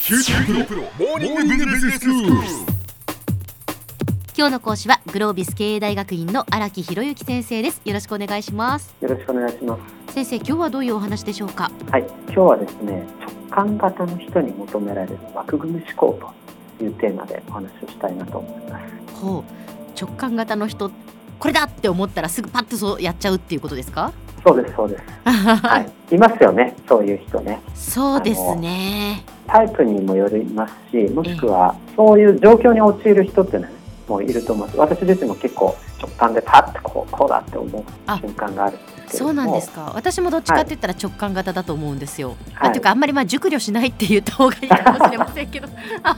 キューティープロモーニングビジネススクール。 今日の講師はグロービス経営大学院の荒木博之先生です。よろしくお願いします。 よろしくお願いします。 先生、今日はどういうお話でしょうか？ はい、今日はですね、直感型の人に求められる枠組み思考というテーマでお話をしたいなと思います。 ほう、直感型の人、これだって思ったらすぐパッとそうやっちゃうっていうことですか？ そうです、そうです。はい、いますよね、そういう人ね。 そうですね。 タイプにもよりますし、もしくはそういう状況に陥る人っていうのは、ね、もういると思います。私自身も結構直感でパッとこうだって思う瞬間があるんですけれども。 そうなんですか。私もどっちかって言ったら直感型だと思うんですよ。 はい、 というかあんまり熟慮しないって言った方がいいかもしれませんけど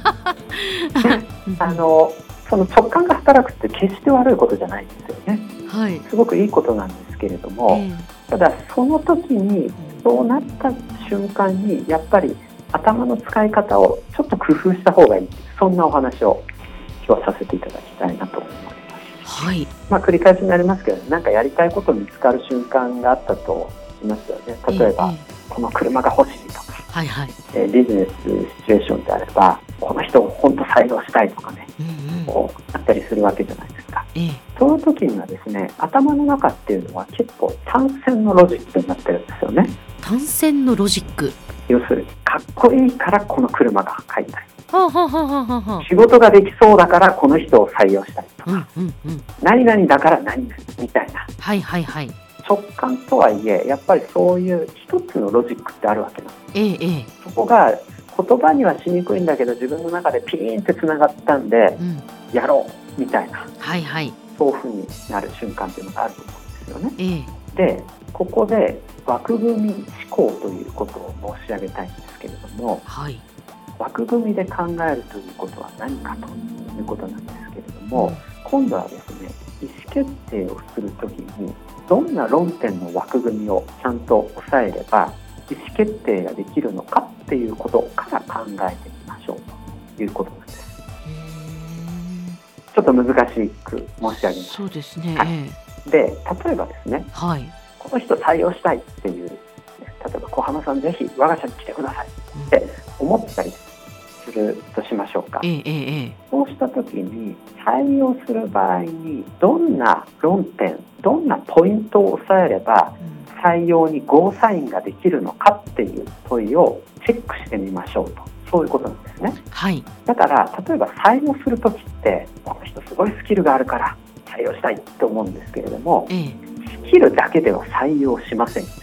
その直感が働くって決して悪いことじゃないんですよね。 はい、 すごくいいことなんですけれども、ただその時にそうなった瞬間にやっぱり頭の使い方をちょっと工夫した方がいい、そんなお話を今日はさせていただきたいなと思います。 はい。 繰り返しになりますけど、なんかやりたいこと見つかる瞬間があったとしますよね。例えば、この車が欲しいとか、 はいはい、 ビジネスシチュエーションであればこの人を本当採用したいとかね、こうあったりするわけじゃないですか。その時にはですね、頭の中っていうのは結構単線のロジックになってるんですよね。 単線のロジック、要するにかっこいいからこの車が買いたい、仕事ができそうだからこの人を採用したいとか、何々だから何々みたいな、直感とはいえやっぱりそういう一つのロジックってあるわけなんです。そこが言葉にはしにくいんだけど自分の中でピーンってつながったんで、やろうみたいな、そういう風になる瞬間っていうのがあると思うんですよね。で、ここで枠組み思考ということを申し上げたいんですけれども、枠組みで考えるということは何かということなんですけれども、今度はですね、意思決定をするときにどんな論点の枠組みをちゃんと押さえれば意思決定ができるのかっていうことから考えてみましょうということなんです。ちょっと難しく申し上げます。 そうですね。 で、例えばですね、この人採用したいっていう、例えば小浜さんぜひ我が社に来てくださいって思ったりするとしましょうか。そうした時に採用する場合にどんな論点、どんなポイントを押さえれば採用にゴーサインができるのかっていう問いをチェックしてみましょうと、そういうことなんですね。だから例えば採用する時ってこの人すごいスキルがあるから採用したいと思うんですけれども、スキルだけでは採用しませんよね。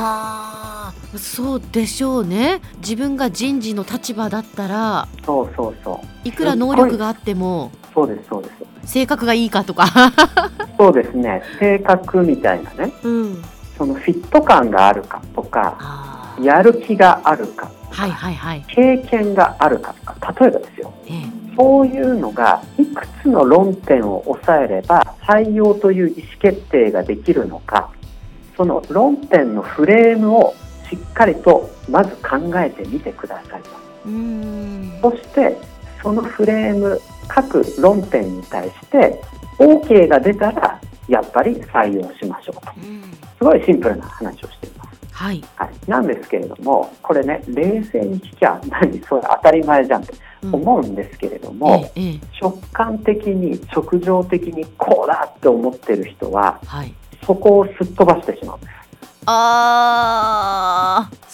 そうでしょうね。自分が人事の立場だったら、いくら能力があっても、 そうです性格がいいかとかそうですね、性格みたいなね、そのフィット感があるかとか、やる気があるかとか、経験があるかとか、例えばですよ、そういうのがいくつの論点を抑えれば採用という意思決定ができるのか、その論点のフレームをしっかりとまず考えてみてくださいと。そしてそのフレーム、各論点に対して OK が出たらやっぱり採用しましょうと、すごいシンプルな話をしています。なんですけれども、これね、冷静に聞きゃそれ当たり前じゃんって思うんですけれども、直感的に直情的にこうだって思ってる人は、そこをすっ飛ばしてしまうんです。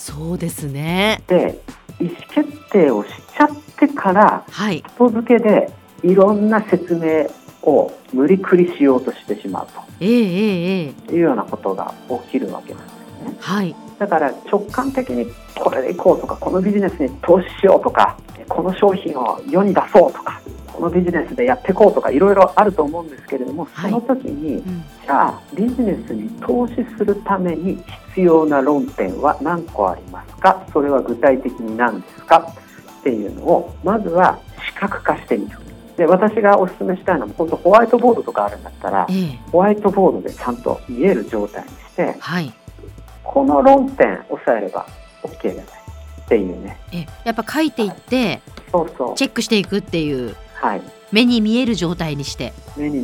そうですね。 で、意思決定をしちゃってから、後付けでいろんな説明を無理くりしようとしてしまうというようなことが起きるわけなんですね。だから直感的にこれでいこうとか、このビジネスに投資しようとか、この商品を世に出そうとか、このビジネスでやっていこうとか、いろいろあると思うんですけれども、その時に、じゃあビジネスに投資するために必要な論点は何個ありますか、それは具体的に何ですかっていうのをまずは視覚化してみる。で、私がお勧めしたいのは本当ホワイトボードとかあるんだったら、ホワイトボードでちゃんと見える状態にして、この論点押さえれば OK じゃないっていうね。 やっぱ書いていって、チェックしていくっていう、目に見える状態にして、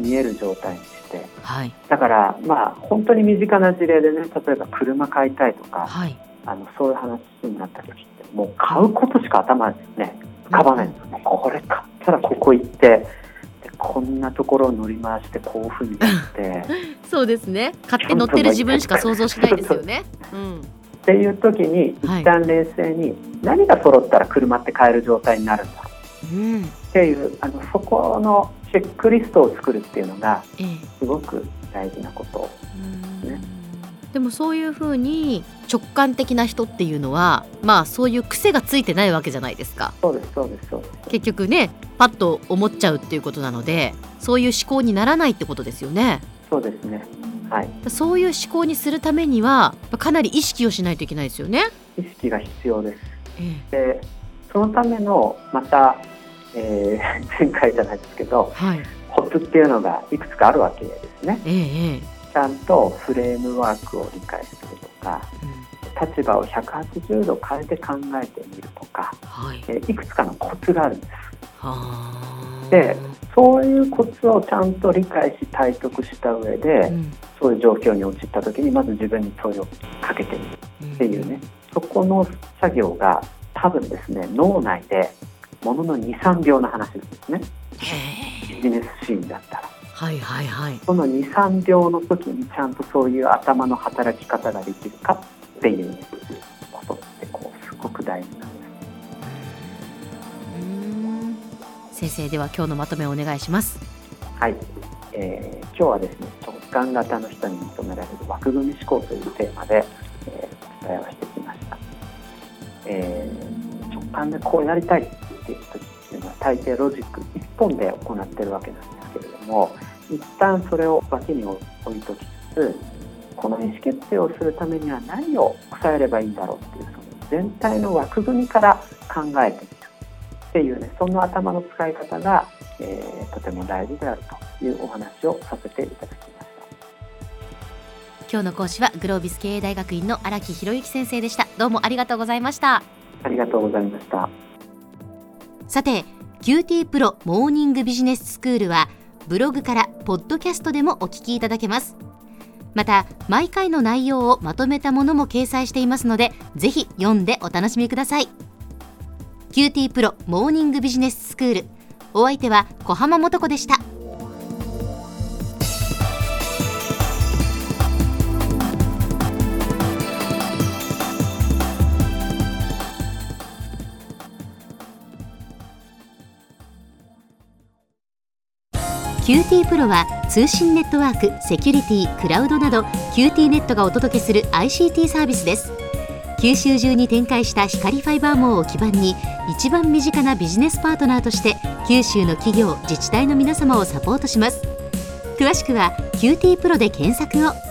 だから本当に身近な事例でね、例えば車買いたいとか、そういう話になった時ってもう買うことしか頭にね浮かばないんですよ。これ買ったらここ行ってこんなところを乗り回してこういうふうにやってそうですね、買って乗ってる自分しか想像しないですよね。 っていう時に一旦冷静に何が揃ったら車って買える状態になるんだろうっていうそこのチェックリストを作るっていうのがすごく大事なことですね。 でもそういうふうに直感的な人っていうのはそういう癖がついてないわけじゃないですか。 そうですそうですそうです。 結局ねパッと思っちゃうっていうことなので、そういう思考にならないってことですよね。 そうですね、はい、 そういう思考にするためにはかなり意識をしないといけないですよね。 意識が必要です。でそのためのまた、前回じゃないですけど、コツっていうのがいくつかあるわけですね。ちゃんとフレームワークを理解するとか、立場を180度変えて考えてみるとか、いくつかのコツがあるんです。でそういうコツをちゃんと理解し体得した上で、そういう状況に陥った時にまず自分に問いをかけてみるっていうね、そこの作業が多分ですね脳内でものの 2,3 秒の話ですね。ビジネスシーンだったらその 2,3 秒の時にちゃんとそういう頭の働き方ができるかっていう、ね、ことってすごく大事なんです。 先生、では今日のまとめをお願いします。 はい、今日はですね直感型の人に求められる枠組み思考というテーマで、お伝えをしてきました。直感でこうやりたいっていう時っていうのは大抵ロジック一本で行っているわけなんですけれども、一旦それを脇に置いときつつ、この意思決定をするためには何を抑えればいいんだろうっていうその全体の枠組みから考えてみるっていうね、その頭の使い方が、とても大事であるというお話をさせていただきました。 今日の講師はグロービス経営大学院の荒木博之先生でした。どうもありがとうございました。 ありがとうございました。 さて QT プロモーニングビジネススクールはブログからポッドキャストでもお聞きいただけます。また毎回の内容をまとめたものも掲載していますので、ぜひ読んでお楽しみください。QT プロモーニングビジネススクール、お相手は小浜もとこでした。QT プロは通信ネットワーク、セキュリティ、クラウドなど QT ネットがお届けする ICT サービスです。九州中に展開した光ファイバー網を基盤に一番身近なビジネスパートナーとして九州の企業、自治体の皆様をサポートします。詳しくは QT プロで検索を。